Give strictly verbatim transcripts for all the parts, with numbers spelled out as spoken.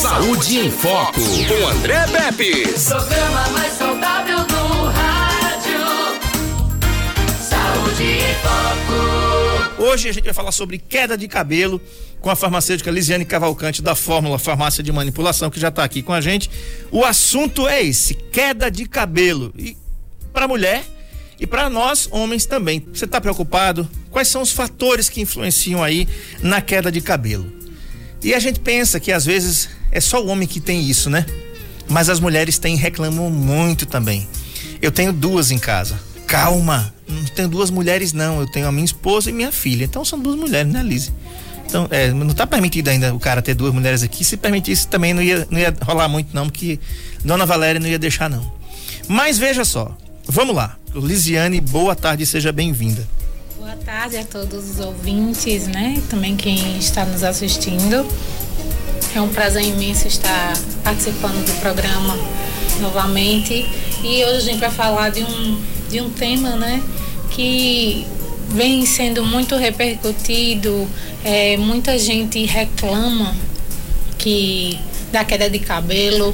Saúde em Foco, com André Pepe. Programa mais saudável do rádio. Saúde em Foco. Hoje a gente vai falar sobre queda de cabelo com a farmacêutica Lisiane Cavalcante da Fórmula Farmácia de Manipulação, que já está aqui com a gente. O assunto é esse, queda de cabelo. E para mulher e para nós, homens também. Você está preocupado? Quais são os fatores que influenciam aí na queda de cabelo? E a gente pensa que às vezes é só o homem que tem isso, né? Mas as mulheres têm, reclamam muito também. Eu tenho duas em casa. Calma, não tenho duas mulheres não, eu tenho a minha esposa e minha filha. Então são duas mulheres, né, Lizy? Então, é, não está permitido ainda o cara ter duas mulheres aqui. Se permitisse também não ia, não ia rolar muito não, porque Dona Valéria não ia deixar não. Mas veja só, vamos lá. Lisiane, boa tarde, seja bem-vinda. Boa tarde a todos os ouvintes, né? Também quem está nos assistindo. É um prazer imenso estar participando do programa novamente. E hoje a gente vai falar de um, de um tema, né? Que vem sendo muito repercutido. É, muita gente reclama que da queda de cabelo.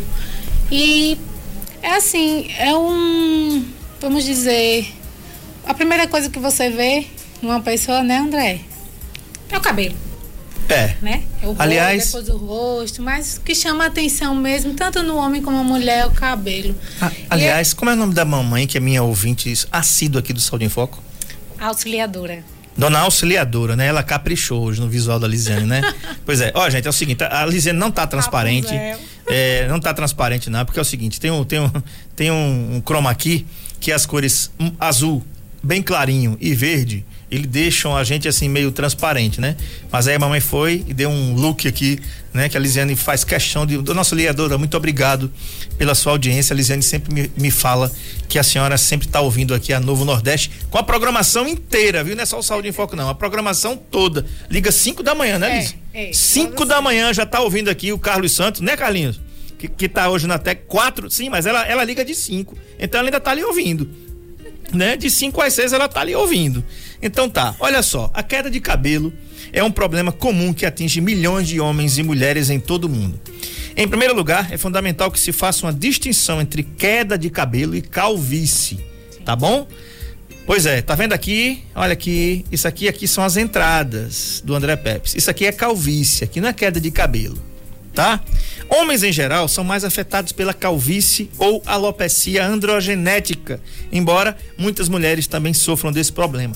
E é assim, é um, vamos dizer, a primeira coisa que você vê numa pessoa, né, André? É o cabelo. É. Né? É o rosto, aliás, depois o rosto, mas o que chama a atenção mesmo, tanto no homem como na mulher, é o cabelo. A, aliás, é... como é o nome da mamãe, que é minha ouvinte assídua aqui do Saúde em Foco? Auxiliadora. Dona Auxiliadora, né? Ela caprichou hoje no visual da Lisiane, né? Pois é, ó, gente, é o seguinte, a Lisiane não tá transparente, é, não tá transparente não, porque é o seguinte, tem um, tem um, tem um, um chroma key que as cores um, azul, bem clarinho, e verde, eles deixam a gente assim meio transparente, né? Mas aí a mamãe foi e deu um look aqui, né? Que a Lisiane faz questão de... Dona Auxiliadora, muito obrigado pela sua audiência. A Lisiane sempre me, me fala que a senhora sempre está ouvindo aqui a Novo Nordeste com a programação inteira, viu? Não é só o Saúde em Foco não, a programação toda. Liga cinco da manhã, né, Liz? É, é. cinco da manhã já tá ouvindo aqui o Carlos Santos, né, Carlinhos? Que, que tá hoje na T E C quatro, sim, mas ela, ela liga de cinco. Então ela ainda tá ali ouvindo, né? De cinco às seis ela tá ali ouvindo. Então tá, olha só, a queda de cabelo é um problema comum que atinge milhões de homens e mulheres em todo o mundo. Em primeiro lugar, é fundamental que se faça uma distinção entre queda de cabelo e calvície, tá bom? Pois é, tá vendo aqui? Olha aqui, isso aqui, aqui são as entradas do André Pepe. Isso aqui é calvície, aqui não é queda de cabelo, tá? Homens em geral são mais afetados pela calvície ou alopecia androgenética, embora muitas mulheres também sofram desse problema.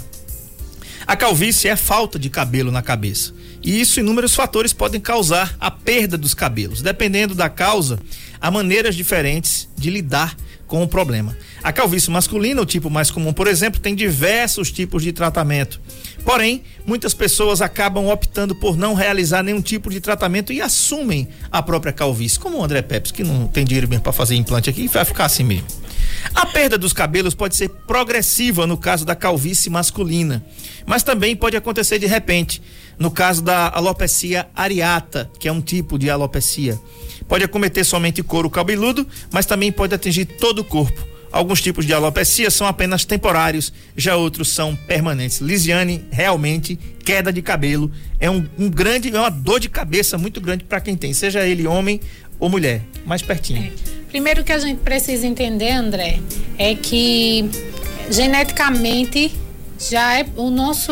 A calvície é a falta de cabelo na cabeça. E isso, inúmeros fatores podem causar a perda dos cabelos. Dependendo da causa, há maneiras diferentes de lidar com o problema. A calvície masculina, o tipo mais comum, por exemplo, tem diversos tipos de tratamento. Porém, muitas pessoas acabam optando por não realizar nenhum tipo de tratamento e assumem a própria calvície. Como o André Pepe, que não tem dinheiro mesmo para fazer implante aqui, vai ficar assim mesmo. A perda dos cabelos pode ser progressiva no caso da calvície masculina, mas também pode acontecer de repente, no caso da alopecia areata, que é um tipo de alopecia. Pode acometer somente couro cabeludo, mas também pode atingir todo o corpo. Alguns tipos de alopecia são apenas temporários, já outros são permanentes. Lisiane, realmente, queda de cabelo é um, um grande, é uma dor de cabeça muito grande para quem tem, seja ele homem ou mulher. Mais pertinho. É. Primeiro que a gente precisa entender, André, é que geneticamente já é o nosso,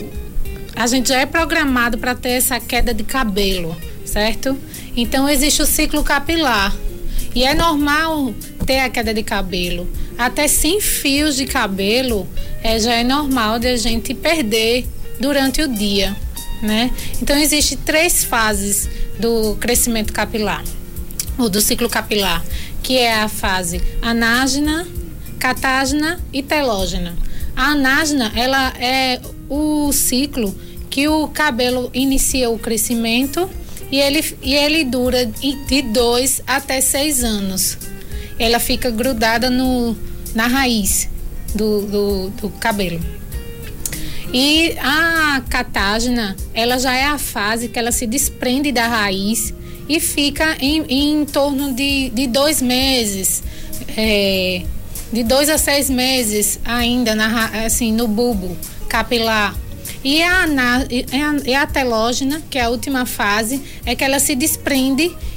a gente já é programado para ter essa queda de cabelo, certo? Então existe o ciclo capilar e é normal ter a queda de cabelo. Até cem fios de cabelo é, já é normal de a gente perder durante o dia, né? Então existe três fases do crescimento capilar, ou do ciclo capilar, que é a fase anágena, catágena e telógena. A anágena, ela é o ciclo que o cabelo inicia o crescimento e ele, e ele dura de dois até seis anos. Ela fica grudada no, na raiz do, do, do cabelo. E a catágena, ela já é a fase que ela se desprende da raiz e fica em, em torno de, de dois meses, é, de dois a seis meses ainda na, assim, no bulbo capilar. E a, e a, e a telógena, que é a última fase, é que ela se desprende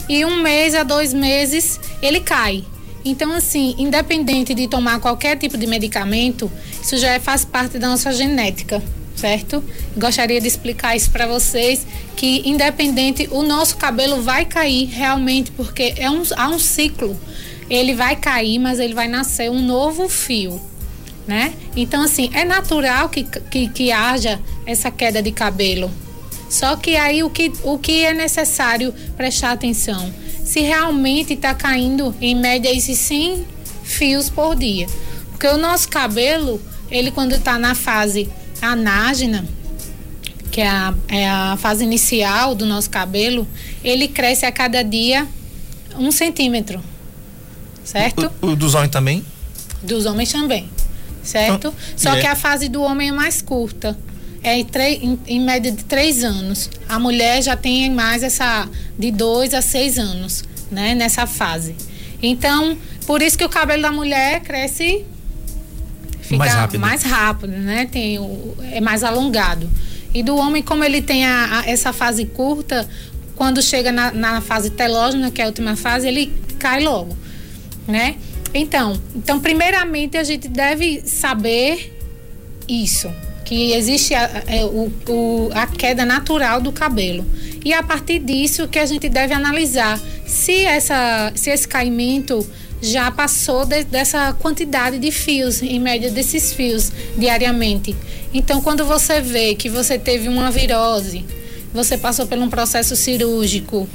e um mês a dois meses ele cai. Então, assim, independente de tomar qualquer tipo de medicamento, isso já faz parte da nossa genética, certo? Gostaria de explicar isso para vocês, que independente, o nosso cabelo vai cair realmente, porque é um, há um ciclo. Ele vai cair, mas ele vai nascer um novo fio, né? Então, assim, é natural que, que, que haja essa queda de cabelo. Só que aí o que, o que é necessário prestar atenção? Se realmente está caindo em média esses cem fios por dia. Porque o nosso cabelo, ele quando está na fase anágena, que é a, é a fase inicial do nosso cabelo, ele cresce a cada dia um centímetro, certo? O, o dos homens também? Dos homens também, certo? Ah, Só é. que a fase do homem é mais curta. É em, em, em média de três anos. A mulher já tem mais essa de dois a seis anos, né? Nessa fase. Então, por isso que o cabelo da mulher cresce fica mais rápido, mais rápido, né? Tem o, é mais alongado. E do homem, como ele tem a, a, essa fase curta, quando chega na, na fase telógena, que é a última fase, ele cai logo, né? Então, então, primeiramente a gente deve saber isso, que existe a, a, o, o, a queda natural do cabelo. E a partir disso que a gente deve analisar se, essa, se esse caimento já passou de, dessa quantidade de fios, em média desses fios, diariamente. Então, quando você vê que você teve uma virose, você passou por um processo cirúrgico,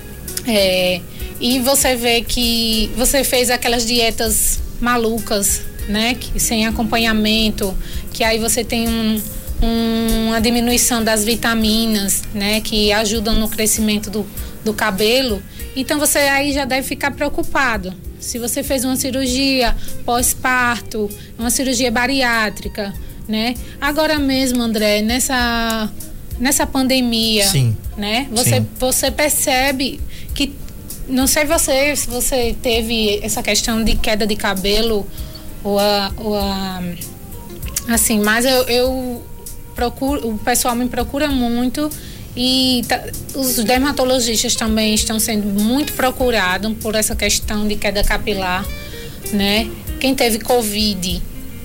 é, e você vê que você fez aquelas dietas malucas, né, que, sem acompanhamento, que aí você tem um, um, uma diminuição das vitaminas, né, que ajudam no crescimento do, do cabelo. Então você aí já deve ficar preocupado. Se você fez uma cirurgia pós-parto, uma cirurgia bariátrica, né? Agora mesmo, André, nessa, nessa pandemia, Sim. né? Você, Sim. você percebe que, não sei você, se você teve essa questão de queda de cabelo, ou a, ou a assim, mas eu, eu procuro, o pessoal me procura muito e tá, os dermatologistas também estão sendo muito procurados por essa questão de queda capilar, né? Quem teve Covid,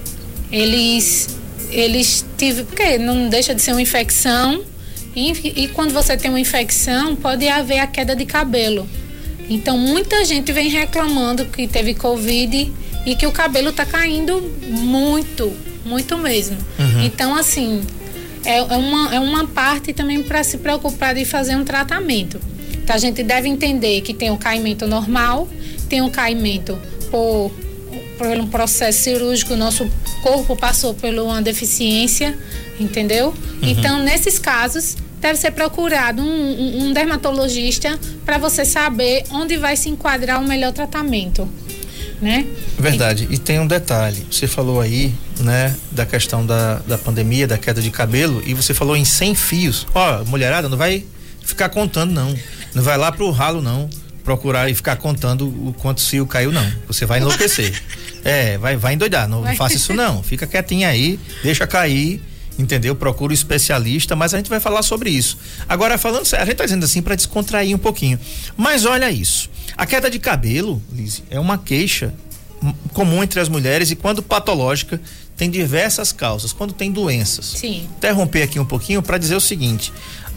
eles eles tiveram, porque não deixa de ser uma infecção e, e quando você tem uma infecção pode haver a queda de cabelo. Então muita gente vem reclamando que teve Covid e que o cabelo tá caindo muito, muito mesmo. Uhum. Então, assim, é, é, uma, é uma parte também para se preocupar de fazer um tratamento. Então, a gente deve entender que tem o caimento normal, tem o caimento por, por um processo cirúrgico, o nosso corpo passou por uma deficiência, entendeu? Uhum. Então, nesses casos, deve ser procurado um, um, um dermatologista para você saber onde vai se enquadrar o melhor tratamento. Né? Verdade. E tem um detalhe, você falou aí, né, da questão da, da pandemia, da queda de cabelo, e você falou em cem fios. Ó, mulherada, não vai ficar contando não, não vai lá pro ralo não, procurar e ficar contando o quanto fio caiu não, você vai enlouquecer. É, vai, vai endoidar, não vai. Faça isso não, fica quietinha aí, deixa cair, entendeu? Procura um especialista, mas a gente vai falar sobre isso. Agora, falando sério, a gente tá dizendo assim para descontrair um pouquinho, mas olha isso, a queda de cabelo, Liz, é uma queixa comum entre as mulheres e quando patológica tem diversas causas, quando tem doenças. Sim. Interromper aqui um pouquinho para dizer o seguinte,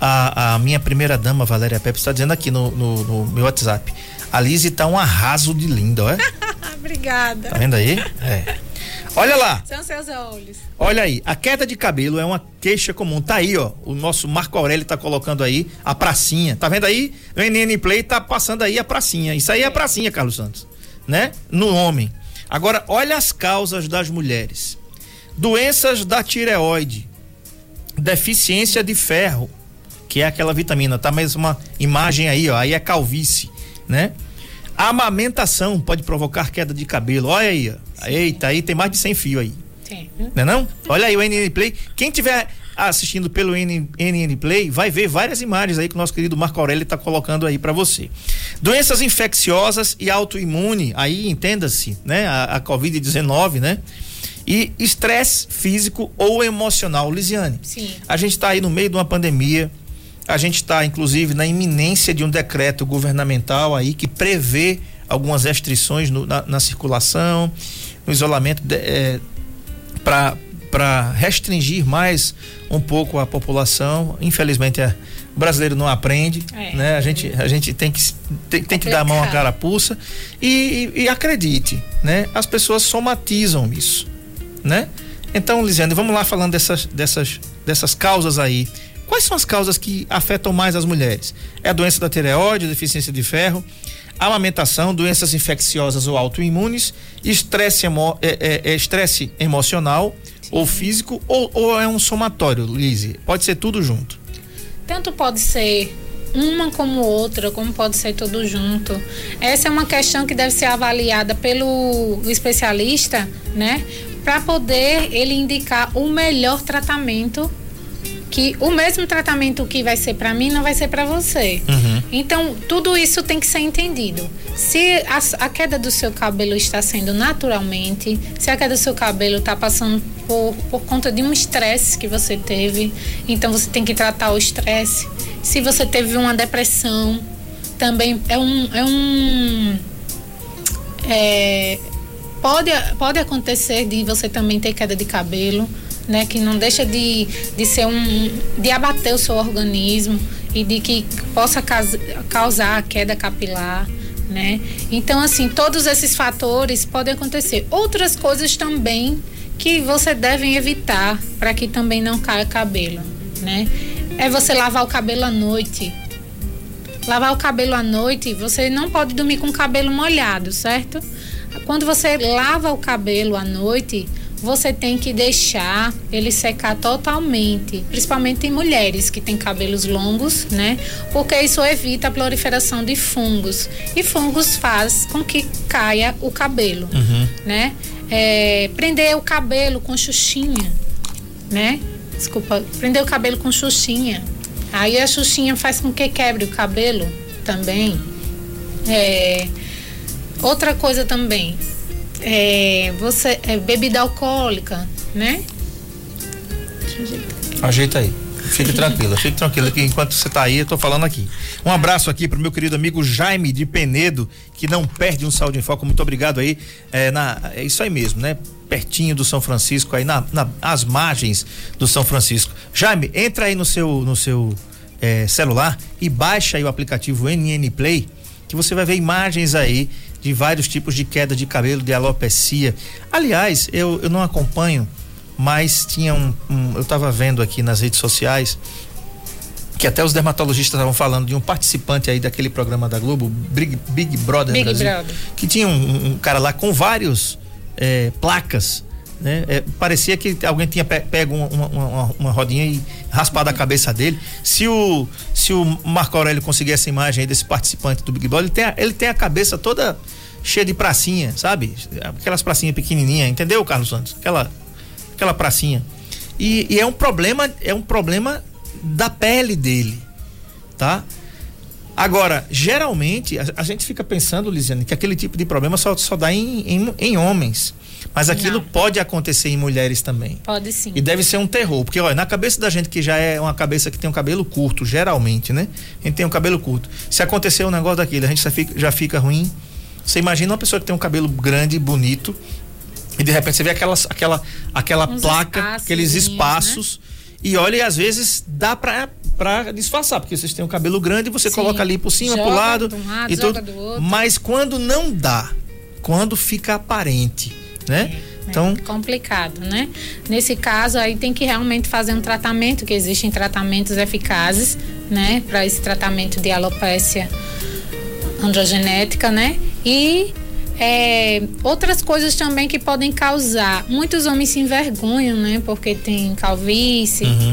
a, a minha primeira dama, Valéria Pepe, está dizendo aqui no, no, no meu WhatsApp, a Liz tá um arraso de linda, ó. Obrigada. Tá vendo aí? É. Olha lá. São seus olhos. Olha aí, a queda de cabelo é uma queixa comum. Tá aí, ó. O nosso Marco Aurélio tá colocando aí a pracinha. Tá vendo aí? O N N Play tá passando aí a pracinha. Isso aí é a pracinha, Carlos Santos, né? No homem. Agora, olha as causas das mulheres. Doenças da tireoide, deficiência de ferro, que é aquela vitamina. Tá mais uma imagem aí, ó. Aí é calvície, né? A amamentação pode provocar queda de cabelo. Olha aí, ó. Eita, aí tem mais de cem fios aí. Tem. Não é não? Olha aí o N N Play. Quem tiver assistindo pelo N N Play vai ver várias imagens aí que o nosso querido Marco Aurélio está colocando aí para você. Doenças infecciosas e autoimune, aí entenda-se, né? A, a covid dezenove, né? E estresse físico ou emocional, Lisiane. Sim. A gente está aí no meio de uma pandemia. A gente está, inclusive, na iminência de um decreto governamental aí que prevê algumas restrições no, na, na circulação, no isolamento, é, para para restringir mais um pouco a população. Infelizmente, é, o brasileiro não aprende, é, né? A gente, a gente tem que tem, tem que dar a mão à carapuça e, e, e acredite, né? As pessoas somatizam isso, né? Então, Lisiane, vamos lá falando dessas, dessas, dessas causas aí. Quais são as causas que afetam mais as mulheres? É a doença da tireoide, deficiência de ferro, amamentação, doenças infecciosas ou autoimunes, estresse emo, é, é, é estresse emocional, sim, ou físico, ou, ou é um somatório, Lise? Pode ser tudo junto? Tanto pode ser uma como outra, como pode ser tudo junto. Essa é uma questão que deve ser avaliada pelo especialista, né? Para poder ele indicar o melhor tratamento, que o mesmo tratamento que vai ser para mim não vai ser para você. Uhum. Então, tudo isso tem que ser entendido. Se a, a queda do seu cabelo está sendo naturalmente, se a queda do seu cabelo está passando por, por conta de um estresse que você teve, então você tem que tratar o estresse. Se você teve uma depressão, também é um... É um é, pode, pode acontecer de você também ter queda de cabelo, né, que não deixa de, de ser um, de abater o seu organismo e de que possa causar a queda capilar, né? Então, assim, todos esses fatores podem acontecer. Outras coisas também que você deve evitar para que também não caia cabelo, né? É você lavar o cabelo à noite. Lavar o cabelo à noite, você não pode dormir com o cabelo molhado, certo? Quando você lava o cabelo à noite, você tem que deixar ele secar totalmente, principalmente em mulheres que têm cabelos longos, né? Porque isso evita a proliferação de fungos. E fungos faz com que caia o cabelo, uhum, né? É, prender o cabelo com xuxinha, né? Desculpa, prender o cabelo com xuxinha. Aí a xuxinha faz com que quebre o cabelo também. É, outra coisa também, É, você, é, bebida alcoólica, né? Deixa eu ajeitar. Ajeita aí. Fique tranquila, fique tranquila que enquanto você tá aí, eu tô falando aqui. Um abraço aqui pro meu querido amigo Jaime de Penedo, que não perde um Saúde em Foco. Muito obrigado aí. É, na, é isso aí mesmo, né? Pertinho do São Francisco, aí na, na, as margens do São Francisco. Jaime, entra aí no seu, no seu é, celular e baixa aí o aplicativo N N Play, que você vai ver imagens aí de vários tipos de queda de cabelo, de alopecia. Aliás, eu, eu não acompanho, mas tinha um, um eu estava vendo aqui nas redes sociais que até os dermatologistas estavam falando de um participante aí daquele programa da Globo, Big, Big Brother Big Brasil, Brother, que tinha um, um cara lá com vários é, placas, né? É, parecia que alguém tinha pe- pego uma, uma, uma, uma rodinha e raspado a cabeça dele. Se o se o Marco Aurélio conseguir essa imagem aí desse participante do Big Brother, ele tem a, ele tem a cabeça toda cheia de pracinha, sabe? Aquelas pracinhas pequenininhas, entendeu, Carlos Santos? Aquela aquela pracinha. E, e é um problema, é um problema da pele dele, tá? Agora, geralmente, a, a gente fica pensando, Lisiane, que aquele tipo de problema só, só dá em, em, em homens. Mas aquilo não pode acontecer em mulheres também. Pode sim. E deve ser um terror, porque olha, na cabeça da gente que já é uma cabeça que tem um cabelo curto, geralmente, né? A gente tem um cabelo curto. Se acontecer um negócio daquele, a gente já fica, já fica ruim. Você imagina uma pessoa que tem um cabelo grande, bonito, e de repente você vê aquelas, aquela, aquela placa, aqueles espaços, né? E olha, e às vezes dá pra, pra disfarçar, porque vocês têm um cabelo grande, você sim, coloca ali por cima, joga pro lado, um lado e tudo. Mas quando não dá, quando fica aparente, né? É, então, é complicado, né? Nesse caso aí tem que realmente fazer um tratamento, que existem tratamentos eficazes, né? Para esse tratamento de alopecia androgenética, né? E é, outras coisas também que podem causar. Muitos homens se envergonham, né? Porque tem calvície, uhum,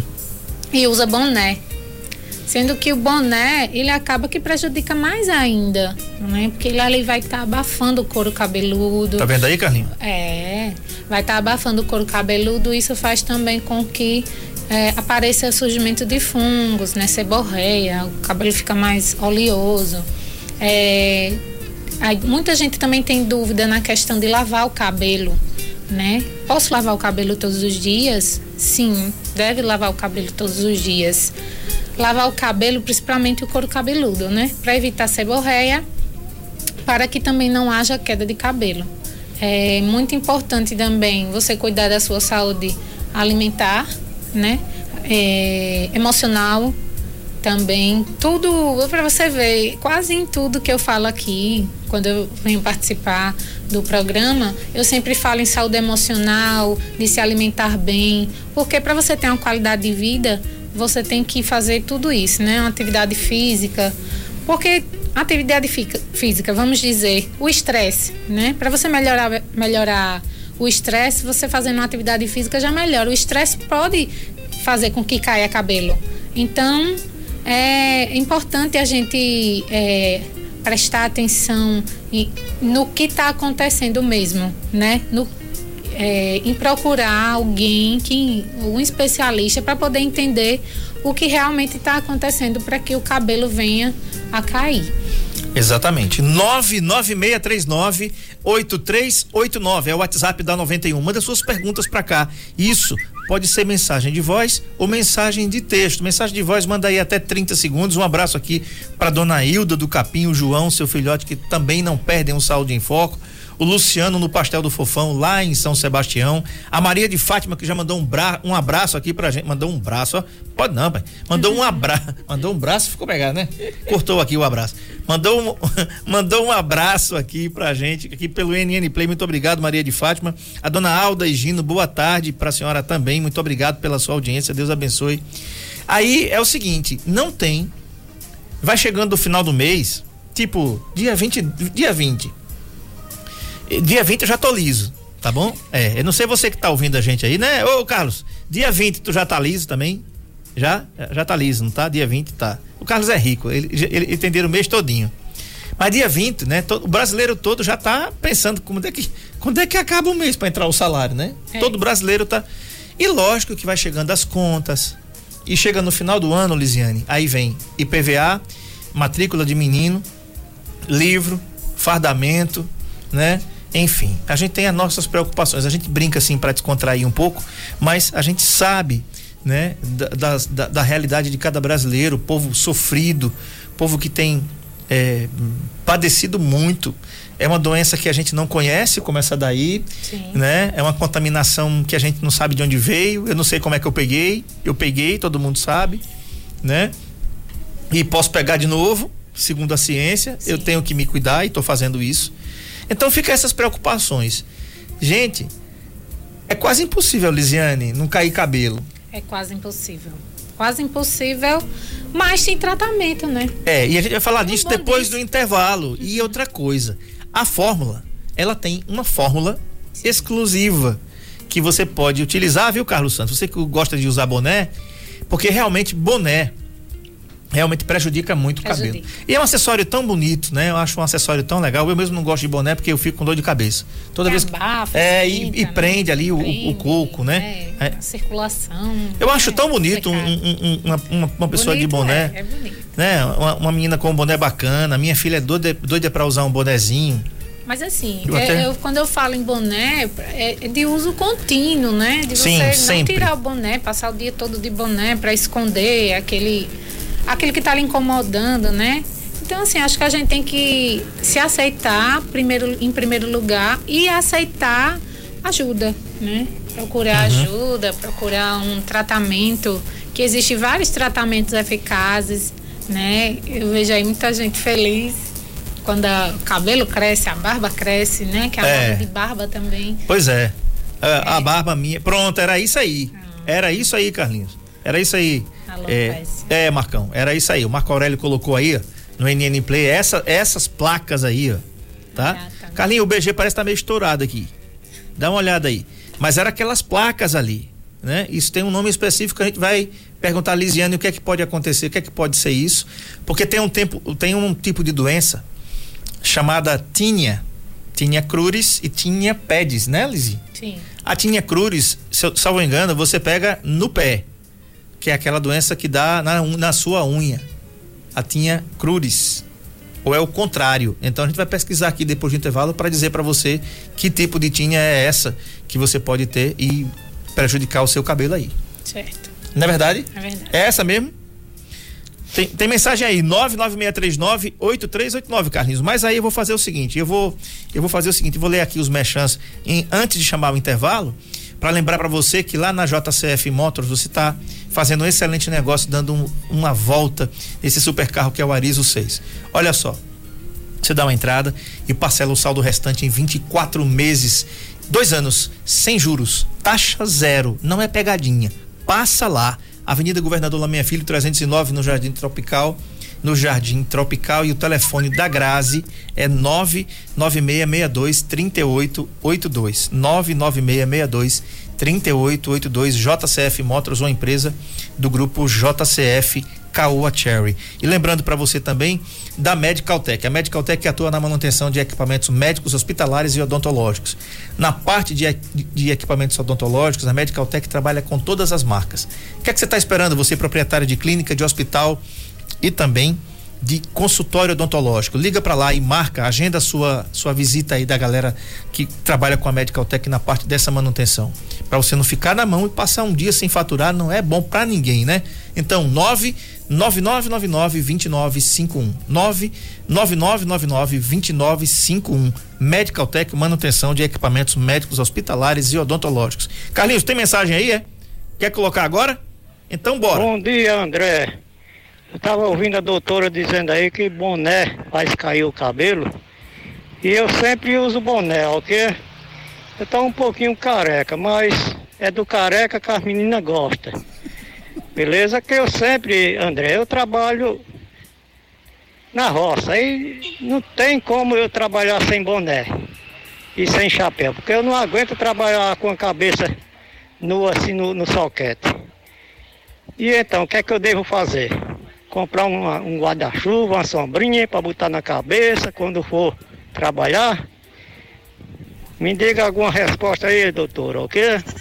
e usa boné. Sendo que o boné, ele acaba que prejudica mais ainda, né? Porque ele ali vai estar tá abafando o couro cabeludo. Tá vendo aí, Carlinhos? É, vai estar tá abafando o couro cabeludo. Isso faz também com que é, apareça o surgimento de fungos, né? Seborreia, o cabelo fica mais oleoso. É, aí, muita gente também tem dúvida na questão de lavar o cabelo, né? Posso lavar o cabelo todos os dias? Sim, deve lavar o cabelo todos os dias. lavar o cabelo, principalmente o couro cabeludo, né? Para evitar seborreia, para que também não haja queda de cabelo. É muito importante também você cuidar da sua saúde alimentar, né? É, emocional também, tudo, para você ver, quase em tudo que eu falo aqui, quando eu venho participar do programa, eu sempre falo em saúde emocional, de se alimentar bem, porque para você ter uma qualidade de vida, você tem que fazer tudo isso, né? Uma atividade física, porque a atividade física, vamos dizer, o estresse, né? Para você melhorar, melhorar o estresse, você fazendo uma atividade física já melhora. O estresse pode fazer com que caia cabelo. Então, é importante a gente é, prestar atenção em, no que está acontecendo mesmo, né? No, é, em procurar alguém, que, um especialista, para poder entender o que realmente está acontecendo para que o cabelo venha a cair. Exatamente. nove nove seis três nove oito três oito nove é o WhatsApp da noventa e um. Manda suas perguntas para cá. Isso pode ser mensagem de voz ou mensagem de texto. Mensagem de voz, manda aí até trinta segundos. Um abraço aqui para dona Hilda do Capim, o João, seu filhote, que também não perdem um Saúde em Foco. O Luciano no Pastel do Fofão, lá em São Sebastião. A Maria de Fátima, que já mandou um, bra... um abraço aqui pra gente. Mandou um braço, ó. Pode não, pai. Mandou um abraço. Mandou um braço, ficou pegado, né? Cortou aqui o abraço. Mandou um, mandou um abraço aqui pra gente, aqui pelo N N Play. Muito obrigado, Maria de Fátima. A dona Alda e Gino, boa tarde pra senhora também. Muito obrigado pela sua audiência. Deus abençoe. Aí é o seguinte, não tem. Vai chegando o final do mês, tipo, dia vinte, dia vinte. Dia vinte eu já tô liso, tá bom? É, eu não sei você que tá ouvindo a gente aí, né? Ô, Carlos, dia vinte tu já tá liso também? Já? Já tá liso, não tá? Dia vinte tá. O Carlos é rico, ele, ele, ele entenderam o mês todinho. Mas dia vinte, né? Todo, o brasileiro todo já tá pensando quando é que, quando é que acaba o mês pra entrar o salário, né? É. Todo brasileiro tá. E lógico que vai chegando as contas. E chega no final do ano, Lisiane, aí vem I P V A, matrícula de menino, livro, fardamento, né? Enfim, a gente tem as nossas preocupações, a gente brinca assim para descontrair um pouco, mas a gente sabe, né, da, da, da realidade de cada brasileiro, povo sofrido, povo que tem é, padecido muito. É uma doença que a gente não conhece, como essa daí, Sim. né? É uma contaminação que a gente não sabe de onde veio, eu não sei como é que eu peguei, eu peguei, todo mundo sabe, né? E posso pegar de novo, segundo a ciência, Sim. eu tenho que me cuidar e estou fazendo isso. Então fica essas preocupações. Gente, é quase impossível, Lisiane, não cair cabelo. É quase impossível. Quase impossível, mas tem tratamento, né? É, e a gente vai falar disso depois do intervalo. E outra coisa, a fórmula, ela tem uma fórmula Sim. exclusiva que você pode utilizar, viu, Carlos Santos? Você que gosta de usar boné, porque realmente boné realmente prejudica muito prejudica. o cabelo. E é um acessório tão bonito, né? Eu acho um acessório tão legal. Eu mesmo não gosto de boné porque eu fico com dor de cabeça. Toda é vez abafa, é esquenta, e, e né? prende ali prende, o, o coco, né? É, a circulação. Eu acho é, tão bonito um, um, uma, uma, uma pessoa bonito de boné. É, é bonito. Né? Uma, uma menina com um boné bacana. Minha filha é doida, doida pra usar um bonezinho. Mas assim, eu é, até... eu, quando eu falo em boné, é de uso contínuo, né? De Sim, você sempre. não tirar o boné, passar o dia todo de boné pra esconder aquele, aquele que tá lhe incomodando, né? Então, assim, acho que a gente tem que se aceitar primeiro, em primeiro lugar e aceitar ajuda, né? Procurar uhum. ajuda, procurar um tratamento, que existem vários tratamentos eficazes, né? Eu vejo aí muita gente feliz quando o cabelo cresce, a barba cresce, né? Que a é. barba de barba também. Pois é. A, é. a barba minha. Pronto, era isso aí. Ah. Era isso aí, Carlinhos. Era isso aí. Alô, é, é, Marcão. Era isso aí. O Marco Aurélio colocou aí, ó, no N N Play, essa, essas placas aí, ó. Tá? Ah, tá. Carlinhos, o B G parece estar tá meio estourado aqui. Dá uma olhada aí. Mas era aquelas placas ali, né? Isso tem um nome específico, a gente vai perguntar a Lisiane o que é que pode acontecer, o que é que pode ser isso. Porque tem um tempo, tem um tipo de doença chamada tinea, tinea cruris e tinea pedis, né, Lisi? Sim. A tinea cruris, se eu salvo engano, você pega no pé, que é aquela doença que dá na, na sua unha. A tinea cruris. Ou é o contrário. Então a gente vai pesquisar aqui depois do intervalo para dizer para você que tipo de tinea é essa que você pode ter e prejudicar o seu cabelo aí. Certo. Não é verdade? É verdade. É essa mesmo? Tem, tem mensagem aí, nove nove seis três nove oito três oito nove, Carlinhos. Mas aí eu vou fazer o seguinte, eu vou eu vou fazer o seguinte, eu vou ler aqui os merchans em, antes de chamar o intervalo, para lembrar para você que lá na J C F Motors você está fazendo um excelente negócio, dando um, uma volta nesse super carro que é o Arizo seis. Olha só, você dá uma entrada e parcela o saldo restante em vinte e quatro meses, dois anos, sem juros, taxa zero, não é pegadinha. Passa lá, Avenida Governador Lameia Filho, trezentos e nove, no Jardim Tropical, no Jardim Tropical, e o telefone da Grazi é nove nove seis seis dois três oito oito dois, nove nove seis seis dois três oito oito dois. J C F Motors, uma empresa do grupo J C F Caoa Cherry. E lembrando para você também da Medical Tech. A Medical Tech atua na manutenção de equipamentos médicos, hospitalares e odontológicos. Na parte de, de equipamentos odontológicos, a Medical Tech trabalha com todas as marcas. O que é que você está esperando, você proprietário de clínica, de hospital e também de consultório odontológico? Liga para lá e marca, agenda a sua, sua visita aí da galera que trabalha com a Medical Tech na parte dessa manutenção. Para você não ficar na mão e passar um dia sem faturar, não é bom para ninguém, né? Então, nove nove nove nove nove dois nove cinco um, nove nove nove nove nove dois nove cinco um. Medical Tech, manutenção de equipamentos médicos, hospitalares e odontológicos. Carlinhos, tem mensagem aí, é? Quer colocar agora? Então bora. Bom dia, André. Eu tava ouvindo a doutora dizendo aí que boné faz cair o cabelo, e eu sempre uso boné, ok? Eu tô um pouquinho careca, mas é do careca que as meninas gostam. Beleza? Que eu sempre, André, eu trabalho na roça, aí não tem como eu trabalhar sem boné e sem chapéu, porque eu não aguento trabalhar com a cabeça nua assim no, no soquete. E então, o que é que eu devo fazer? Comprar uma, um guarda-chuva, uma sombrinha para botar na cabeça quando for trabalhar? Me diga alguma resposta aí, doutor, ok?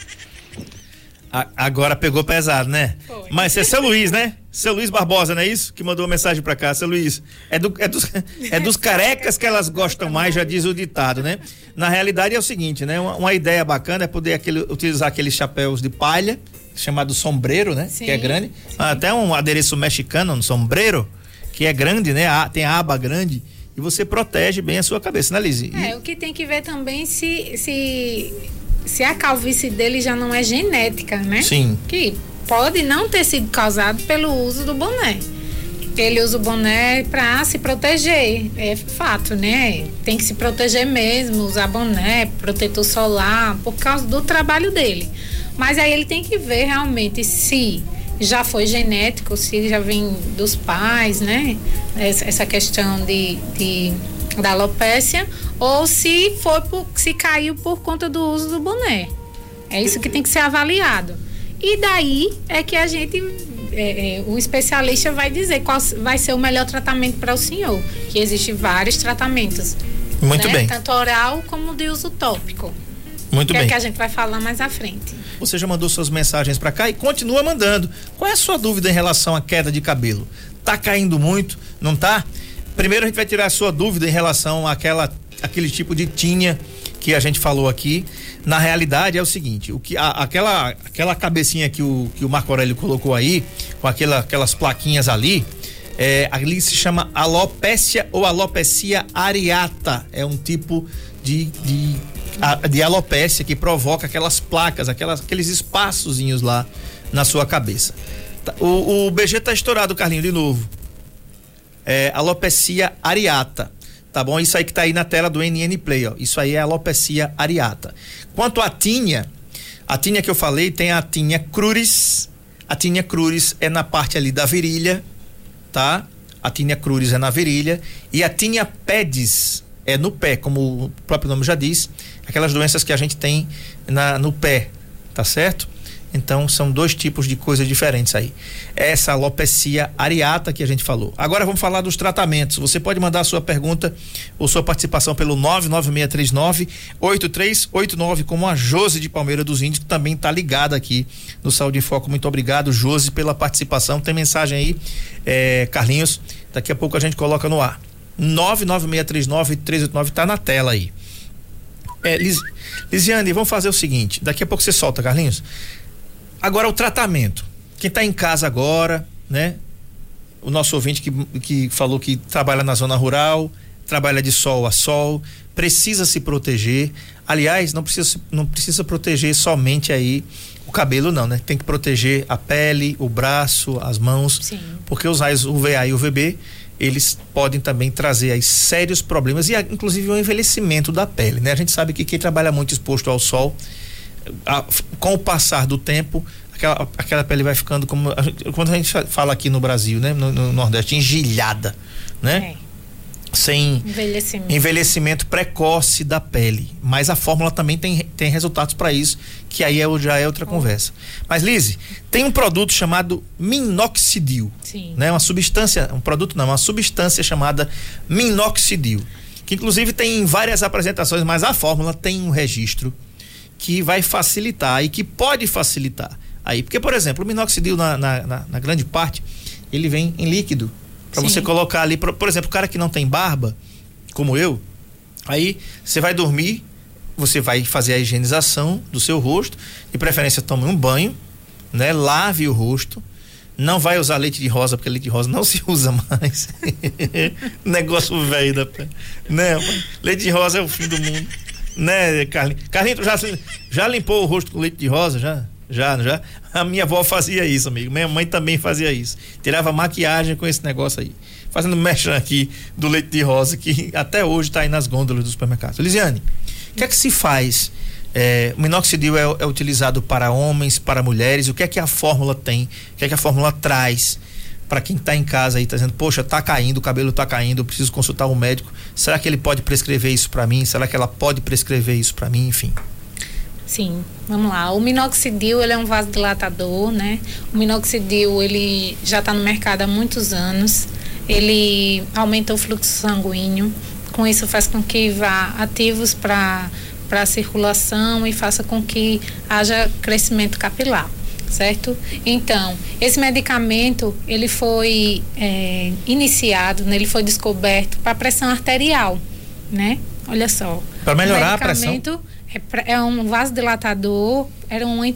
A, agora pegou pesado, né? Foi. Mas é seu Luiz, né? Seu Luiz Barbosa, não é isso? Que mandou uma mensagem pra cá, seu Luiz. É, do, é, dos, é dos carecas que elas gostam mais, já diz o ditado, né? Na realidade é o seguinte, né? Uma, uma ideia bacana é poder aquele, utilizar aqueles chapéus de palha, chamado sombreiro, né? Sim, que é grande. Até um adereço mexicano, um sombreiro, que é grande, né? A, tem a aba grande. E você protege bem a sua cabeça, né, Lizzy? É, e... o que tem que ver também se, se, se a calvície dele já não é genética, né? Sim. Que pode não ter sido causado pelo uso do boné. Ele usa o boné para se proteger, é fato, né? Tem que se proteger mesmo, usar boné, protetor solar, por causa do trabalho dele. Mas aí ele tem que ver realmente se já foi genético, se já vem dos pais, né? Essa, essa questão de, de da alopécia, ou se foi por, se caiu por conta do uso do boné. É isso que tem que ser avaliado. E daí é que a gente, é, é, o especialista vai dizer qual vai ser o melhor tratamento para o senhor. Que existem vários tratamentos. Muito, né? Bem. Tanto oral como de uso tópico. Muito que bem. É que a gente vai falar mais à frente. Você já mandou suas mensagens para cá e continua mandando. Qual é a sua dúvida em relação à queda de cabelo? Tá caindo muito, não tá? Primeiro a gente vai tirar a sua dúvida em relação àquela, àquele tipo de tinha que a gente falou aqui. Na realidade é o seguinte, o que, a, aquela, aquela cabecinha que o, que o Marco Aurélio colocou aí, com aquela, aquelas plaquinhas ali, é, ali se chama alopécia ou alopecia areata. É um tipo de, de, de alopécia que provoca aquelas placas, aquelas, aqueles espaçozinhos lá na sua cabeça. O, o B G tá estourado, Carlinho, de novo. É alopecia areata. Tá bom? Isso aí que tá aí na tela do N N Play, ó. Isso aí é alopecia areata. Quanto à tinha, a tinha que eu falei tem a tinha cruris. A tinha cruris é na parte ali da virilha, tá? A tinha cruris é na virilha e a tinha pedis é no pé, como o próprio nome já diz, aquelas doenças que a gente tem na, no pé, tá certo? Então são dois tipos de coisas diferentes aí. Essa alopecia areata que a gente falou. Agora vamos falar dos tratamentos. Você pode mandar a sua pergunta ou sua participação pelo nove nove seis três nove oito três oito nove, como a Josi de Palmeira dos Índios, que também está ligada aqui no Saúde em Foco. Muito obrigado, Josi, pela participação. Tem mensagem aí, é, Carlinhos, daqui a pouco a gente coloca no ar. nove nove seis três nove oito três oito nove tá na tela aí. É, Liz, Lisiane, vamos fazer o seguinte, daqui a pouco você solta, Carlinhos. Agora o tratamento. Quem está em casa agora, né? o nosso ouvinte que, que falou que trabalha na zona rural, trabalha de sol a sol, precisa se proteger. Aliás, não precisa, não precisa proteger somente aí o cabelo, não, né? Tem que proteger a pele, o braço, as mãos. Sim. Porque os raios U V A e U V B, eles podem também trazer aí sérios problemas e inclusive o envelhecimento da pele, né? A gente sabe que quem trabalha muito exposto ao sol, a, com o passar do tempo, aquela, aquela pele vai ficando como a gente, quando a gente fala aqui no Brasil, né? No, no Nordeste, engelhada, né? É. Sem envelhecimento. envelhecimento precoce da pele, mas a fórmula também tem, tem resultados para isso, que aí é, já é outra oh. conversa. Mas Lise, tem um produto chamado minoxidil, Sim. né? Uma substância, um produto não, uma substância chamada minoxidil, que inclusive tem várias apresentações, mas a fórmula tem um registro que vai facilitar e que pode facilitar aí, porque por exemplo, o minoxidil na, na, na, na grande parte, ele vem em líquido, para você colocar ali, por, por exemplo, o cara que não tem barba, como eu, aí você vai dormir, você vai fazer a higienização do seu rosto, de preferência tome um banho, né? Lave o rosto, não vai usar leite de rosa, porque leite de rosa não se usa mais. Negócio velho da pele. Né? Leite de rosa é o fim do mundo. Né, Carlinhos? Carlinhos, tu já, já limpou o rosto com leite de rosa, já? Já, já? A minha avó fazia isso, amigo. Minha mãe também fazia isso. Tirava maquiagem com esse negócio aí. Fazendo merchan aqui do leite de rosa, que até hoje está aí nas gôndolas do supermercado. Lisiane, o que é que se faz? É, o minoxidil é, é utilizado para homens, para mulheres. O que é que a fórmula tem? O que é que a fórmula traz? Para quem está em casa aí, tá dizendo, poxa, tá caindo, o cabelo tá caindo, eu preciso consultar um médico. Será que ele pode prescrever isso para mim? Será que ela pode prescrever isso para mim? Enfim. Sim, vamos lá. O minoxidil, ele é um vasodilatador, né? O minoxidil, ele já está no mercado há muitos anos. Ele aumenta o fluxo sanguíneo. Com isso faz com que vá ativos para para a circulação e faça com que haja crescimento capilar, certo? Então, esse medicamento, ele foi é, iniciado, né? Ele foi descoberto para pressão arterial, né? Olha só. Para melhorar a pressão. É um vasodilatador, era um,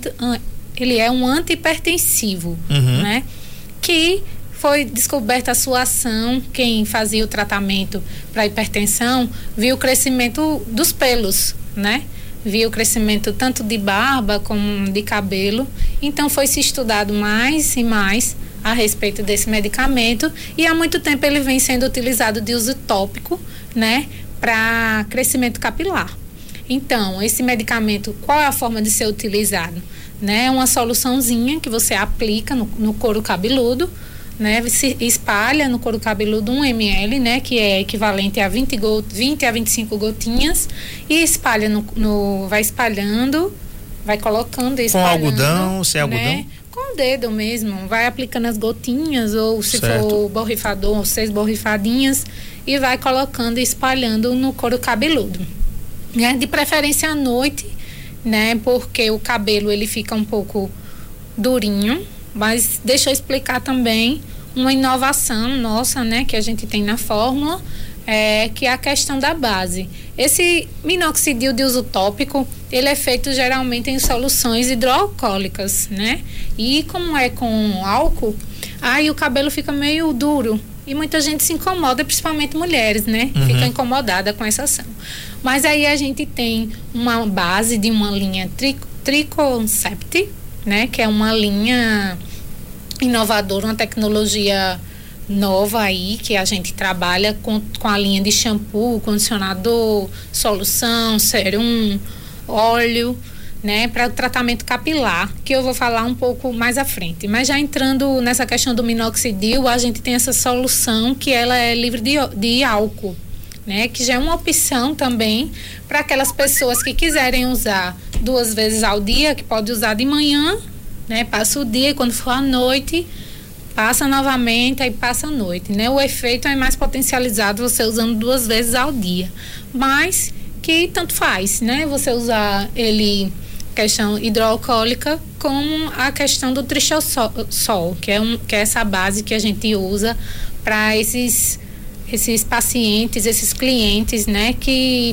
ele é um antihipertensivo, uhum. né? Que foi descoberta a sua ação, quem fazia o tratamento para hipertensão, viu o crescimento dos pelos, né? Viu o crescimento tanto de barba como de cabelo, então foi se estudado mais e mais a respeito desse medicamento e há muito tempo ele vem sendo utilizado de uso tópico, né? Para crescimento capilar. Então, esse medicamento, qual é a forma de ser utilizado? Né? Uma soluçãozinha que você aplica no, no couro cabeludo, né? Se espalha no couro cabeludo um mililitro, né? Que é equivalente a vinte, go, vinte a vinte e cinco gotinhas, e espalha no, no vai espalhando, vai colocando e espalhando. Com algodão, sem algodão? Né? Com o dedo mesmo, vai aplicando as gotinhas, ou se certo. for borrifador, seis borrifadinhas, e vai colocando e espalhando no couro cabeludo. Né? De preferência à noite, né? Porque o cabelo ele fica um pouco durinho, mas deixa eu explicar também uma inovação nossa, né? Que a gente tem na fórmula, é, que é a questão da base. Esse minoxidil de uso tópico, ele é feito geralmente em soluções hidroalcoólicas, né? E como é com álcool, aí o cabelo fica meio duro. E muita gente se incomoda, principalmente mulheres, né? Uhum. Fica incomodada com essa ação. Mas aí a gente tem uma base de uma linha tri, Triconcept, né? Que é uma linha inovadora, uma tecnologia nova aí, que a gente trabalha com, com a linha de shampoo, condicionador, solução, serum, óleo, né, para o tratamento capilar, que eu vou falar um pouco mais à frente. Mas já entrando nessa questão do minoxidil, a gente tem essa solução que ela é livre de, de álcool, né, que já é uma opção também para aquelas pessoas que quiserem usar duas vezes ao dia, que pode usar de manhã, né, passa o dia e quando for à noite, passa novamente, aí passa a noite, né? O efeito é mais potencializado você usando duas vezes ao dia, mas que tanto faz, né? Você usar ele questão hidroalcoólica como a questão do trixossol, que é um, que é essa base que a gente usa para esses esses pacientes, esses clientes, né, que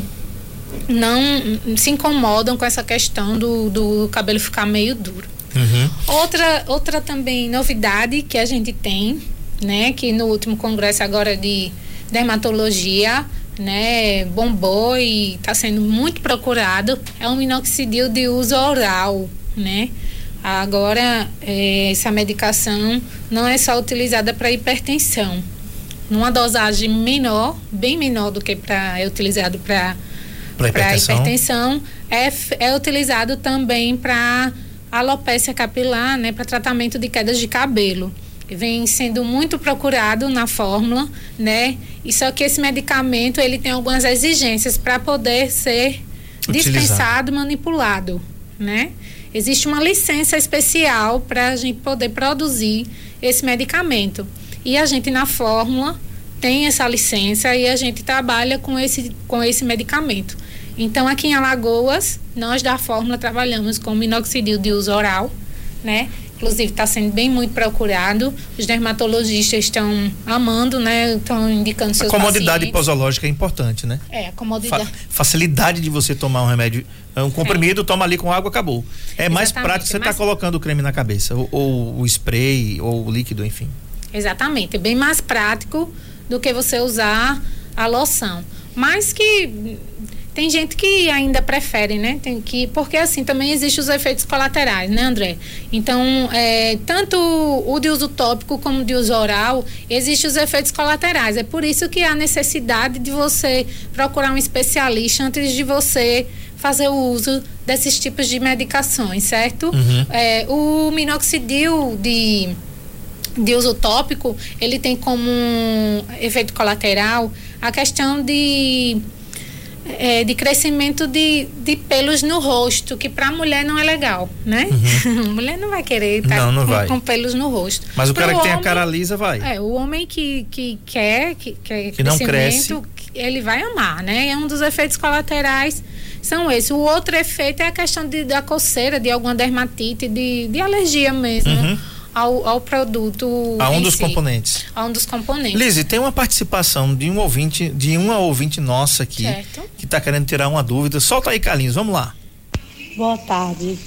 não se incomodam com essa questão do, do cabelo ficar meio duro. Uhum. Outra, outra também novidade que a gente tem, né? Que no último congresso agora de dermatologia, né, bombou e está sendo muito procurado. É um minoxidil de uso oral, né? Agora, é, essa medicação não é só utilizada para hipertensão. Numa dosagem menor, bem menor do que pra, é utilizado para hipertensão, hipertensão é, é utilizado também para alopécia capilar, né, para tratamento de quedas de cabelo. Vem sendo muito procurado na fórmula, né? E só que esse medicamento ele tem algumas exigências para poder ser utilizado, dispensado, manipulado, né? Existe uma licença especial para a gente poder produzir esse medicamento. E a gente na fórmula tem essa licença e a gente trabalha com esse, com esse medicamento. Então aqui em Alagoas, nós da fórmula trabalhamos com minoxidil de uso oral, né? Inclusive está sendo bem muito procurado. Os dermatologistas estão amando, né? Estão indicando seus pacientes. A comodidade posológica é importante, né? É, a comodidade. Fa- facilidade de você tomar um remédio, um comprimido, é. toma ali com água, acabou. É Exatamente. mais prático você estar tá colocando o creme na cabeça, ou, ou o spray, ou o líquido, enfim. Exatamente, é bem mais prático do que você usar a loção. Mas que tem gente que ainda prefere, né? Tem que, porque assim também existem os efeitos colaterais, né, André? Então, é, tanto o de uso tópico como o de uso oral, existem os efeitos colaterais. É por isso que há necessidade de você procurar um especialista antes de você fazer o uso desses tipos de medicações, certo? Uhum. É, o minoxidil de, de uso tópico, ele tem como um efeito colateral a questão de É, de crescimento de, de pelos no rosto, que para a mulher não é legal, né? Uhum. Mulher não vai querer estar com, com pelos no rosto. Mas o Pro cara que homem, tem a cara lisa vai. É, o homem que, que quer, que, quer que não cresce, ele vai amar, né? É um dos efeitos colaterais são esses. O outro efeito é a questão de, da coceira, de alguma dermatite, de, de alergia mesmo. Uhum. Ao, ao produto a um dos si, componentes a um dos componentes. Lise, tem uma participação de um ouvinte, de uma ouvinte nossa aqui, certo, que está querendo tirar uma dúvida. Solta aí, Carlinhos, vamos lá. Boa tarde,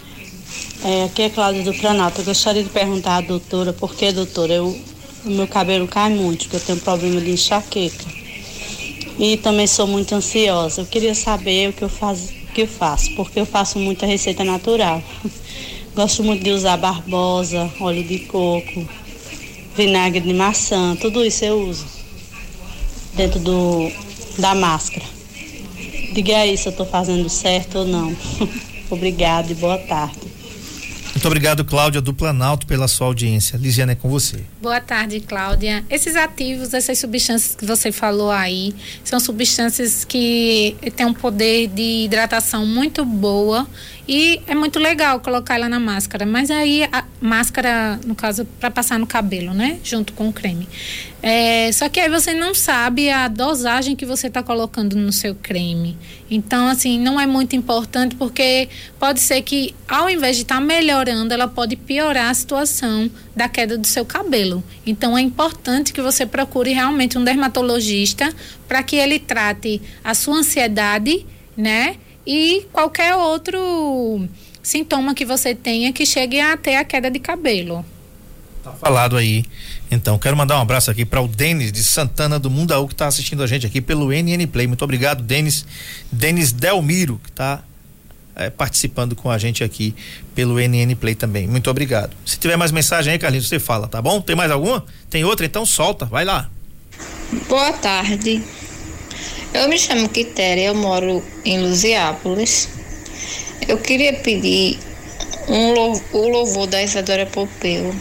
é, aqui é Cláudia do Planalto. Eu gostaria de perguntar à doutora, porque, doutora, eu, o meu cabelo cai muito, porque eu tenho problema de enxaqueca e também sou muito ansiosa. Eu queria saber o que eu, faz, o que eu faço, porque eu faço muita receita natural. Gosto muito de usar barbosa, óleo de coco, vinagre de maçã, tudo isso eu uso dentro do, da máscara. Diga aí se eu estou fazendo certo ou não. Obrigada e boa tarde. Muito obrigado, Cláudia do Planalto, pela sua audiência. Lisiane, é com você. Boa tarde, Cláudia. Esses ativos, essas substâncias que você falou aí, são substâncias que têm um poder de hidratação muito boa e é muito legal colocar ela na máscara, mas aí a máscara, no caso, para passar no cabelo, né? Junto com o creme. É, só que aí você não sabe a dosagem que você está colocando no seu creme. Então, assim, não é muito importante porque pode ser que, ao invés de estar tá melhorando, ela pode piorar a situação da queda do seu cabelo. Então, é importante que você procure realmente um dermatologista para que ele trate a sua ansiedade, né? E qualquer outro sintoma que você tenha que chegue a ter a queda de cabelo. Tá falado aí. Então, quero mandar um abraço aqui para o Denis de Santana do Mundaú, que está assistindo a gente aqui pelo N N Play. Muito obrigado, Denis. Denis Delmiro, que está é, participando com a gente aqui pelo N N Play também. Muito obrigado. Se tiver mais mensagem aí, Carlinhos, você fala, tá bom? Tem mais alguma? Tem outra? Então solta, vai lá. Boa tarde. Eu me chamo Quitéria, eu moro em Luziápolis. Eu queria pedir um lou- o louvor da Isadora Pompeu,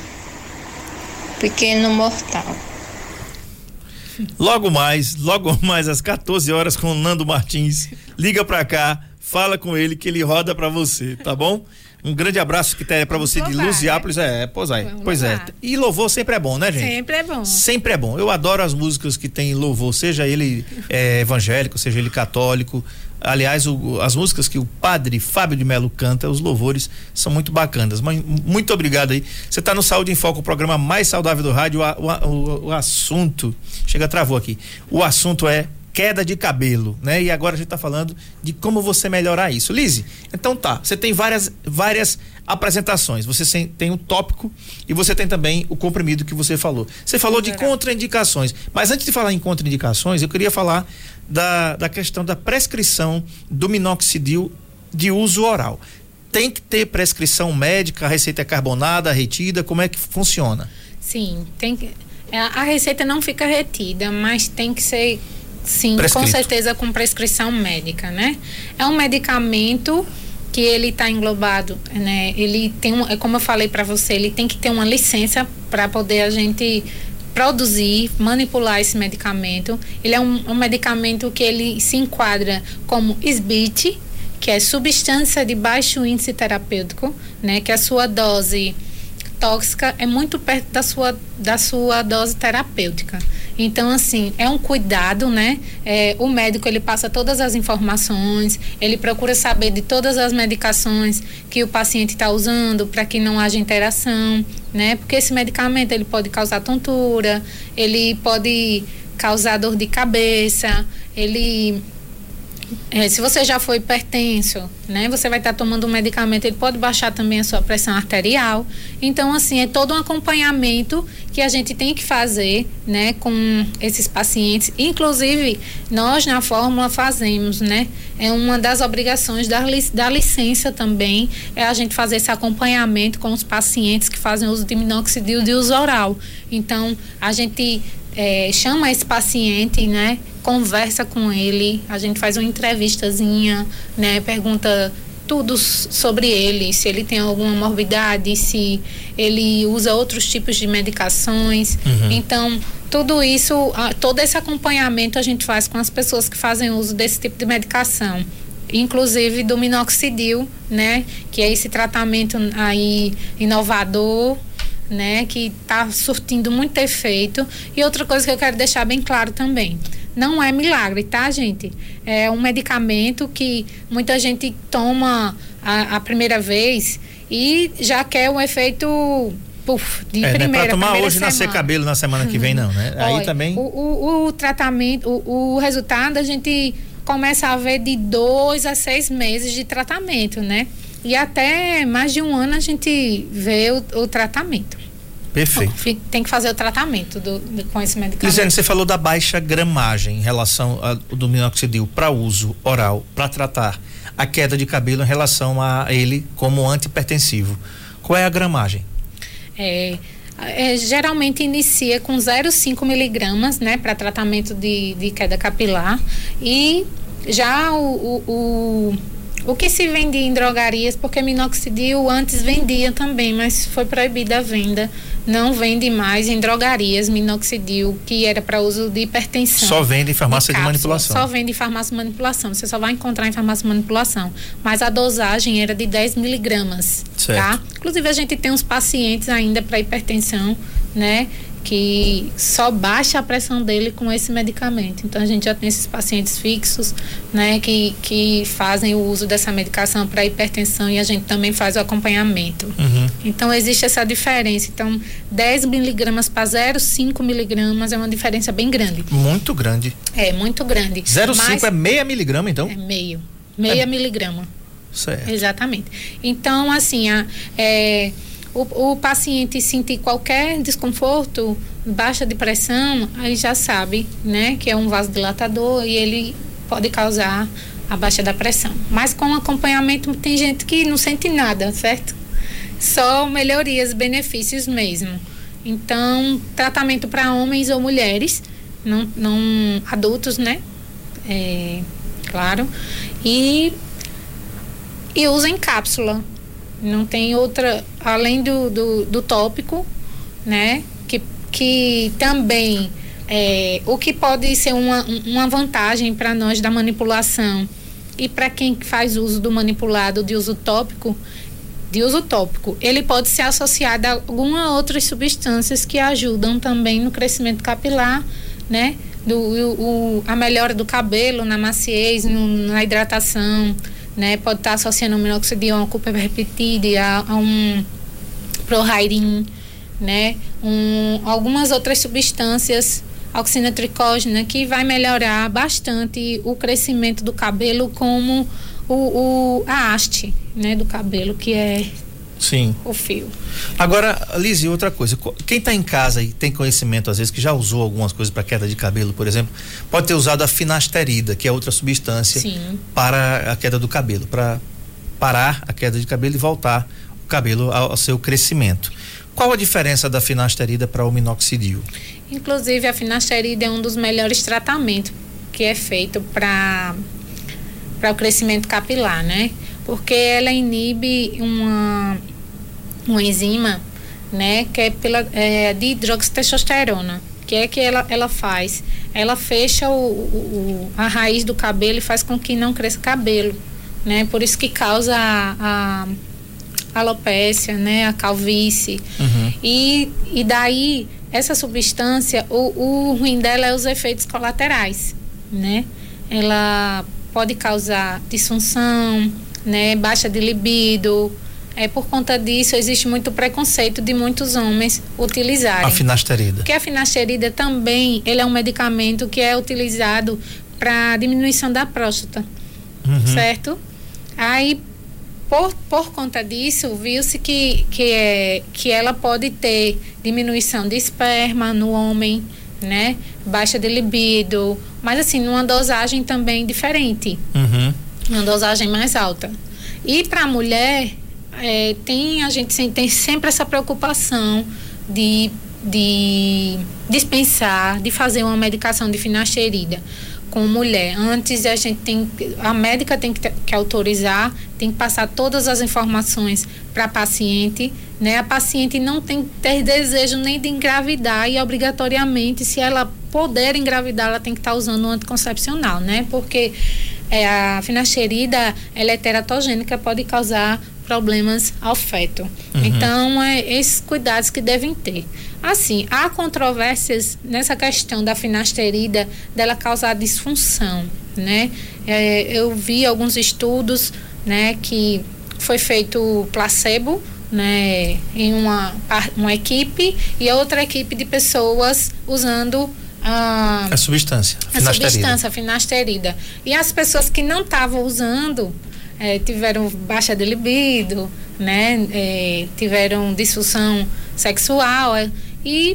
Pequeno Mortal. Logo mais, logo mais às quatorze horas com o Nando Martins. Liga pra cá, fala com ele que ele roda pra você, tá bom? Um grande abraço, Quitéria, pra você de Luziápolis. Né? É, pois é, Vamos pois louvar. é. E louvor sempre é bom, né, gente? Sempre é bom. Sempre é bom. Eu adoro as músicas que tem louvor, seja ele é, evangélico, seja ele católico. Aliás, o, as músicas que o padre Fábio de Melo canta, os louvores são muito bacanas. Mas muito obrigado aí. Você tá no Saúde em Foco, o programa mais saudável do rádio. O, o, o, o assunto, chega, travou aqui. O assunto é queda de cabelo, né? E agora a gente tá falando de como você melhorar isso. Lise, então tá, você tem várias, várias apresentações. Você tem o tópico e você tem também o comprimido que você falou. Você falou de contraindicações, mas antes de falar em contraindicações, eu queria falar da, da questão da prescrição do minoxidil de uso oral. Tem que ter prescrição médica, a receita é carbonada, retida, como é que funciona? Sim, tem que, a receita não fica retida, mas tem que ser, sim, prescrito. Com certeza com prescrição médica, né? É um medicamento que ele está englobado, né? Ele tem, um, é como eu falei para você, ele tem que ter uma licença para poder a gente produzir, manipular esse medicamento. Ele é um, um medicamento que ele se enquadra como S B I T, que é substância de baixo índice terapêutico, né? Que a sua dose tóxica é muito perto da sua, da sua dose terapêutica. Então, assim, é um cuidado, né? É, o médico, ele passa todas as informações, ele procura saber de todas as medicações que o paciente está usando para que não haja interação, né? Porque esse medicamento, ele pode causar tontura, ele pode causar dor de cabeça, ele... É, se você já foi hipertenso, né, você vai estar tomando um medicamento, ele pode baixar também a sua pressão arterial. Então, assim, é todo um acompanhamento que a gente tem que fazer, né, com esses pacientes. Inclusive, nós na Fórmula fazemos, né, é uma das obrigações da, da licença também, é a gente fazer esse acompanhamento com os pacientes que fazem uso de minoxidil de uso oral. Então, a gente é, chama esse paciente, né, conversa com ele, a gente faz uma entrevistazinha, né, pergunta tudo sobre ele, se ele tem alguma morbidade, se ele usa outros tipos de medicações. Uhum. Então, tudo isso, todo esse acompanhamento a gente faz com as pessoas que fazem uso desse tipo de medicação, inclusive do minoxidil, né, que é esse tratamento aí inovador, né, que está surtindo muito efeito. E outra coisa que eu quero deixar bem claro também, não é milagre, tá, gente? É um medicamento que muita gente toma a, a primeira vez e já quer um efeito puf, de é, primeira, não é pra tomar primeira hoje e nascer cabelo na semana que vem, não, né? Aí Olha, também... O, o, o tratamento, o, o resultado a gente começa a ver de dois a seis meses de tratamento, né? E até mais de um ano a gente vê o, o tratamento. Perfeito. Tem que fazer o tratamento do, do, com esse medicamento. Lisiane, você falou da baixa gramagem em relação ao do minoxidil para uso oral, para tratar a queda de cabelo em relação a ele como antihipertensivo. Qual é a gramagem? É, é, geralmente inicia com zero vírgula cinco miligramas, né, para tratamento de, de queda capilar. E já o, o, o O que se vende em drogarias, porque minoxidil antes vendia também, mas foi proibida a venda. Não vende mais em drogarias minoxidil, que era para uso de hipertensão. Só vende em farmácia de, de manipulação. Só vende em farmácia de manipulação. Você só vai encontrar em farmácia de manipulação. Mas a dosagem era de dez miligramas. Certo. Tá? Inclusive, a gente tem uns pacientes ainda para hipertensão, né? Que só baixa a pressão dele com esse medicamento. Então a gente já tem esses pacientes fixos, né, que, que fazem o uso dessa medicação para hipertensão e a gente também faz o acompanhamento. Uhum. Então existe essa diferença. Então dez miligramas para zero vírgula cinco miligramas é uma diferença bem grande. Muito grande. É, muito grande. zero vírgula cinco é meia miligrama, então? É meio. Meia é. miligrama. Certo. Exatamente. Então, assim, a, é... O, o paciente sentir qualquer desconforto, baixa de pressão, aí já sabe, né, que é um vasodilatador e ele pode causar a baixa da pressão. Mas com acompanhamento tem gente que não sente nada, certo? Só melhorias, benefícios mesmo. Então, tratamento para homens ou mulheres, não, não adultos, né? É, claro. E, e usa em cápsula. Não tem outra, além do, do, do tópico, né? Que, que também, é, o que pode ser uma, uma vantagem para nós da manipulação e para quem faz uso do manipulado de uso tópico, de uso tópico, ele pode ser associado a algumas outras substâncias que ajudam também no crescimento capilar, né? Do, o, a melhora do cabelo, na maciez, no, na hidratação, né? Pode estar associando o minoxidil a uma cuproberpetide, a, a um prohairin, né? Um, algumas outras substâncias, oxinatricógena, que vai melhorar bastante o crescimento do cabelo, como o, o, a haste, né? Do cabelo, que é Sim. o fio. Agora, Lise, outra coisa, quem está em casa e tem conhecimento, às vezes, que já usou algumas coisas para queda de cabelo, por exemplo, pode ter usado a finasterida, que é outra substância Sim. para a queda do cabelo, para parar a queda de cabelo e voltar o cabelo ao, ao seu crescimento. Qual a diferença da finasterida para o minoxidil? Inclusive, a finasterida é um dos melhores tratamentos que é feito para para o crescimento capilar, né? Porque ela inibe uma, uma enzima, né? Que é pela é, de hidroxitestosterona, que é que ela, ela faz. Ela fecha o, o, a raiz do cabelo e faz com que não cresça cabelo, né? Por isso que causa a, a alopécia, né? A calvície. Uhum. E, e daí, essa substância, o, o ruim dela é os efeitos colaterais, né? Ela pode causar disfunção, né? Baixa de libido. É, por conta disso, existe muito preconceito de muitos homens utilizarem. A finasterida. Porque a finasterida também, ele é um medicamento que é utilizado para diminuição da próstata, Uhum. certo? Aí, por, por conta disso, viu-se que, que, é, que ela pode ter diminuição de esperma no homem, né? Baixa de libido, mas assim, numa dosagem também diferente. Uhum. Uma dosagem mais alta. E para a mulher, é, tem, a gente tem sempre essa preocupação de, de dispensar, de fazer uma medicação de finasterida com mulher. Antes a gente tem, a médica tem que, que autorizar, tem que passar todas as informações para a paciente, né? A paciente não tem que ter desejo nem de engravidar e obrigatoriamente, se ela puder engravidar, ela tem que estar tá usando um anticoncepcional, né? Porque é, a finasterida, ela é teratogênica, pode causar problemas ao feto. Uhum. Então, é esses cuidados que devem ter. Assim, há controvérsias nessa questão da finasterida, dela causar disfunção, né? É, eu vi alguns estudos, né, que foi feito placebo, né, em uma, uma equipe e outra equipe de pessoas usando a, a substância, a finasterida. substância, a finasterida. E as pessoas que não estavam usando é, tiveram baixa de libido, né, é, tiveram disfunção sexual é, e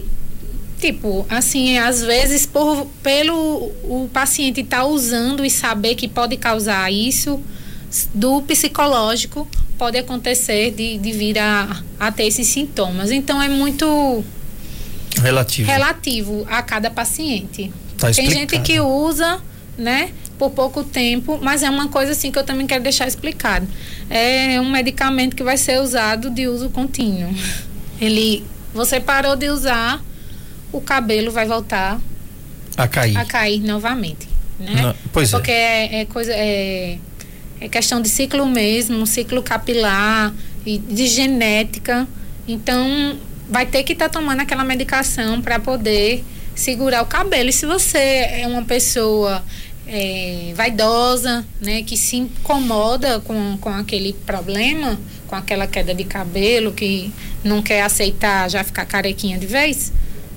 tipo, assim, às vezes por, pelo o paciente estar tá usando e saber que pode causar isso, do psicológico pode acontecer de, de vir a, a ter esses sintomas. Então é muito relativo, relativo a cada paciente. Tá Tem explicado. gente que usa, né, por pouco tempo, mas é uma coisa assim que eu também quero deixar explicado. É um medicamento que vai ser usado de uso contínuo. Ele, você parou de usar, o cabelo vai voltar a cair, a cair novamente, né? Não, pois Porque é, é coisa é, é questão de ciclo mesmo, ciclo capilar e de genética. Então vai ter que estar tá tomando aquela medicação para poder segurar o cabelo. E se você é uma pessoa é, vaidosa, né, que se incomoda com, com aquele problema, com aquela queda de cabelo, que não quer aceitar já ficar carequinha de vez,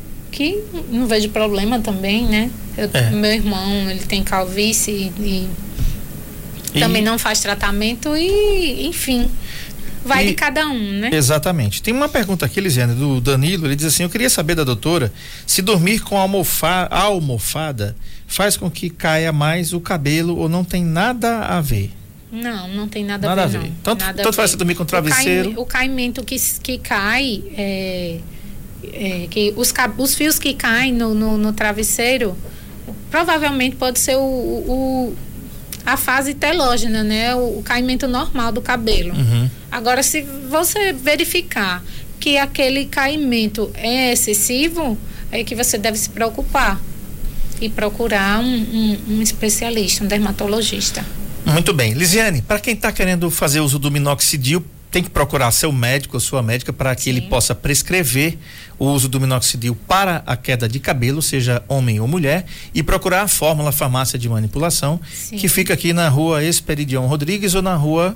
que não vejo problema também, né? Eu, É. Meu irmão, ele tem calvície e, e, E- também não faz tratamento e, enfim, vai E- de cada um, né? Exatamente. Tem uma pergunta aqui, Lisiane, do Danilo. Ele diz assim: eu queria saber da doutora se dormir com a almofa, a almofada faz com que caia mais o cabelo ou não tem nada a ver. Não, não tem nada, Nada a ver, a ver. não. Tanto- Nada a tanto faz ver. você dormir com O travesseiro. caim- O caimento que, que cai, é, é, que os, cab- os fios que caem no, no, no travesseiro, provavelmente pode ser o, o- a fase telógena, né? O, o caimento normal do cabelo. Uhum. Agora, se você verificar que aquele caimento é excessivo, é que você deve se preocupar e procurar um, um, um especialista, um dermatologista. Muito bem. Lisiane, para quem está querendo fazer uso do minoxidil, tem que procurar seu médico ou sua médica para que Sim. ele possa prescrever o uso do minoxidil para a queda de cabelo, seja homem ou mulher, e procurar a Fórmula Farmácia de Manipulação, Sim. que fica aqui na rua Esperidião Rodrigues ou na rua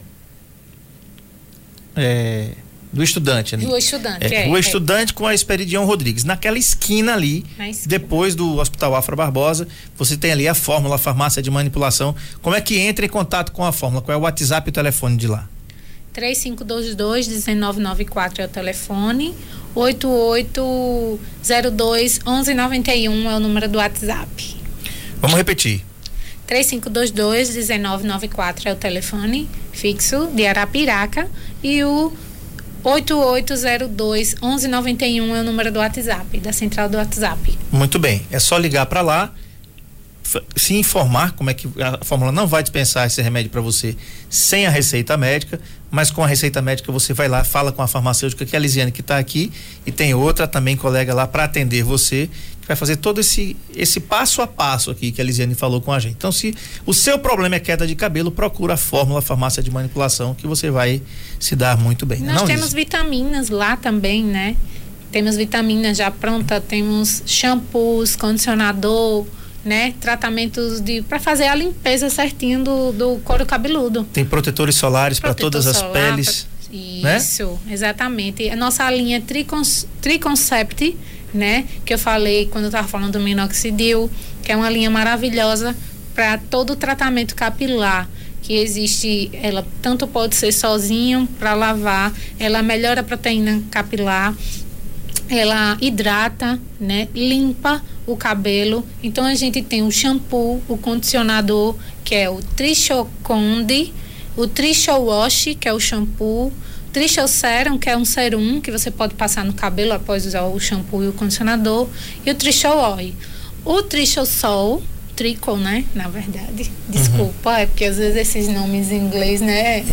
é, do Estudante. Ali. Rua Estudante, É, é, rua é. Estudante com a Esperidião Rodrigues. Naquela esquina ali, Na esquina. depois do Hospital Afra Barbosa, você tem ali a Fórmula Farmácia de Manipulação. Como é que entra em contato com a Fórmula? Qual é o WhatsApp e o telefone de lá? três cinco dois dois, um nove nove quatro é o telefone. oito oito zero dois, um um nove um é o número do WhatsApp. Vamos repetir. três cinco dois dois, um nove nove quatro é o telefone fixo de Arapiraca e o oito oito zero dois, um um nove um é o número do WhatsApp, da central do WhatsApp. Muito bem, é só ligar para lá, f- se informar como é que a fórmula não vai dispensar esse remédio para você sem a receita médica, mas com a receita médica você vai lá, fala com a farmacêutica, que é a Lisiane que está aqui, e tem outra também colega lá para atender você, que vai fazer todo esse esse passo a passo aqui que a Lisiane falou com a gente. Então, se o seu problema é queda de cabelo, procura a fórmula farmácia de manipulação, que você vai se dar muito bem. Nós não, temos Lise? vitaminas lá também, né? Temos vitaminas já pronta, temos shampoos, condicionador, né? Tratamentos de para fazer a limpeza certinho do, do couro cabeludo. Tem protetores solares para todas as solar, peles. Pra, isso, né? Exatamente. A nossa linha Tricons, Triconcept, né? Que eu falei quando eu estava falando do minoxidil, que é uma linha maravilhosa para todo o tratamento capilar que existe. Ela tanto pode ser sozinho para lavar, ela melhora a proteína capilar, ela hidrata, né? Limpa o cabelo. Então a gente tem o shampoo, o condicionador, que é o Trichoconde, o Tricho Wash, que é o shampoo, Tricho Serum, que é um serum que você pode passar no cabelo após usar o shampoo e o condicionador, e o Tricho Oil. O Tricho Sol, Trico, né? Na verdade. Desculpa, uhum. É porque às vezes esses nomes em inglês, né?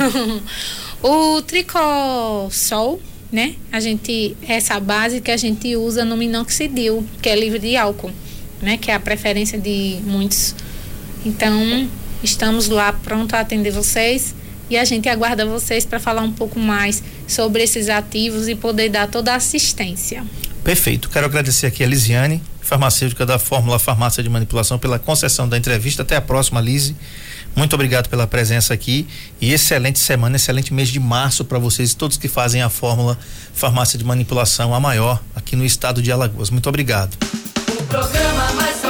Uhum. O Trico Sol, né? A gente, essa base que a gente usa no minoxidil, que é livre de álcool, né? Que é a preferência de muitos. Então, estamos lá pronto a atender vocês e a gente aguarda vocês para falar um pouco mais sobre esses ativos e poder dar toda a assistência. Perfeito. Quero agradecer aqui a Lisiane, farmacêutica da Fórmula Farmácia de Manipulação, pela concessão da entrevista. Até a próxima, Lise. Muito obrigado pela presença aqui e excelente semana, excelente mês de março para vocês e todos que fazem a Fórmula Farmácia de Manipulação, a maior aqui no estado de Alagoas. Muito obrigado. O programa mais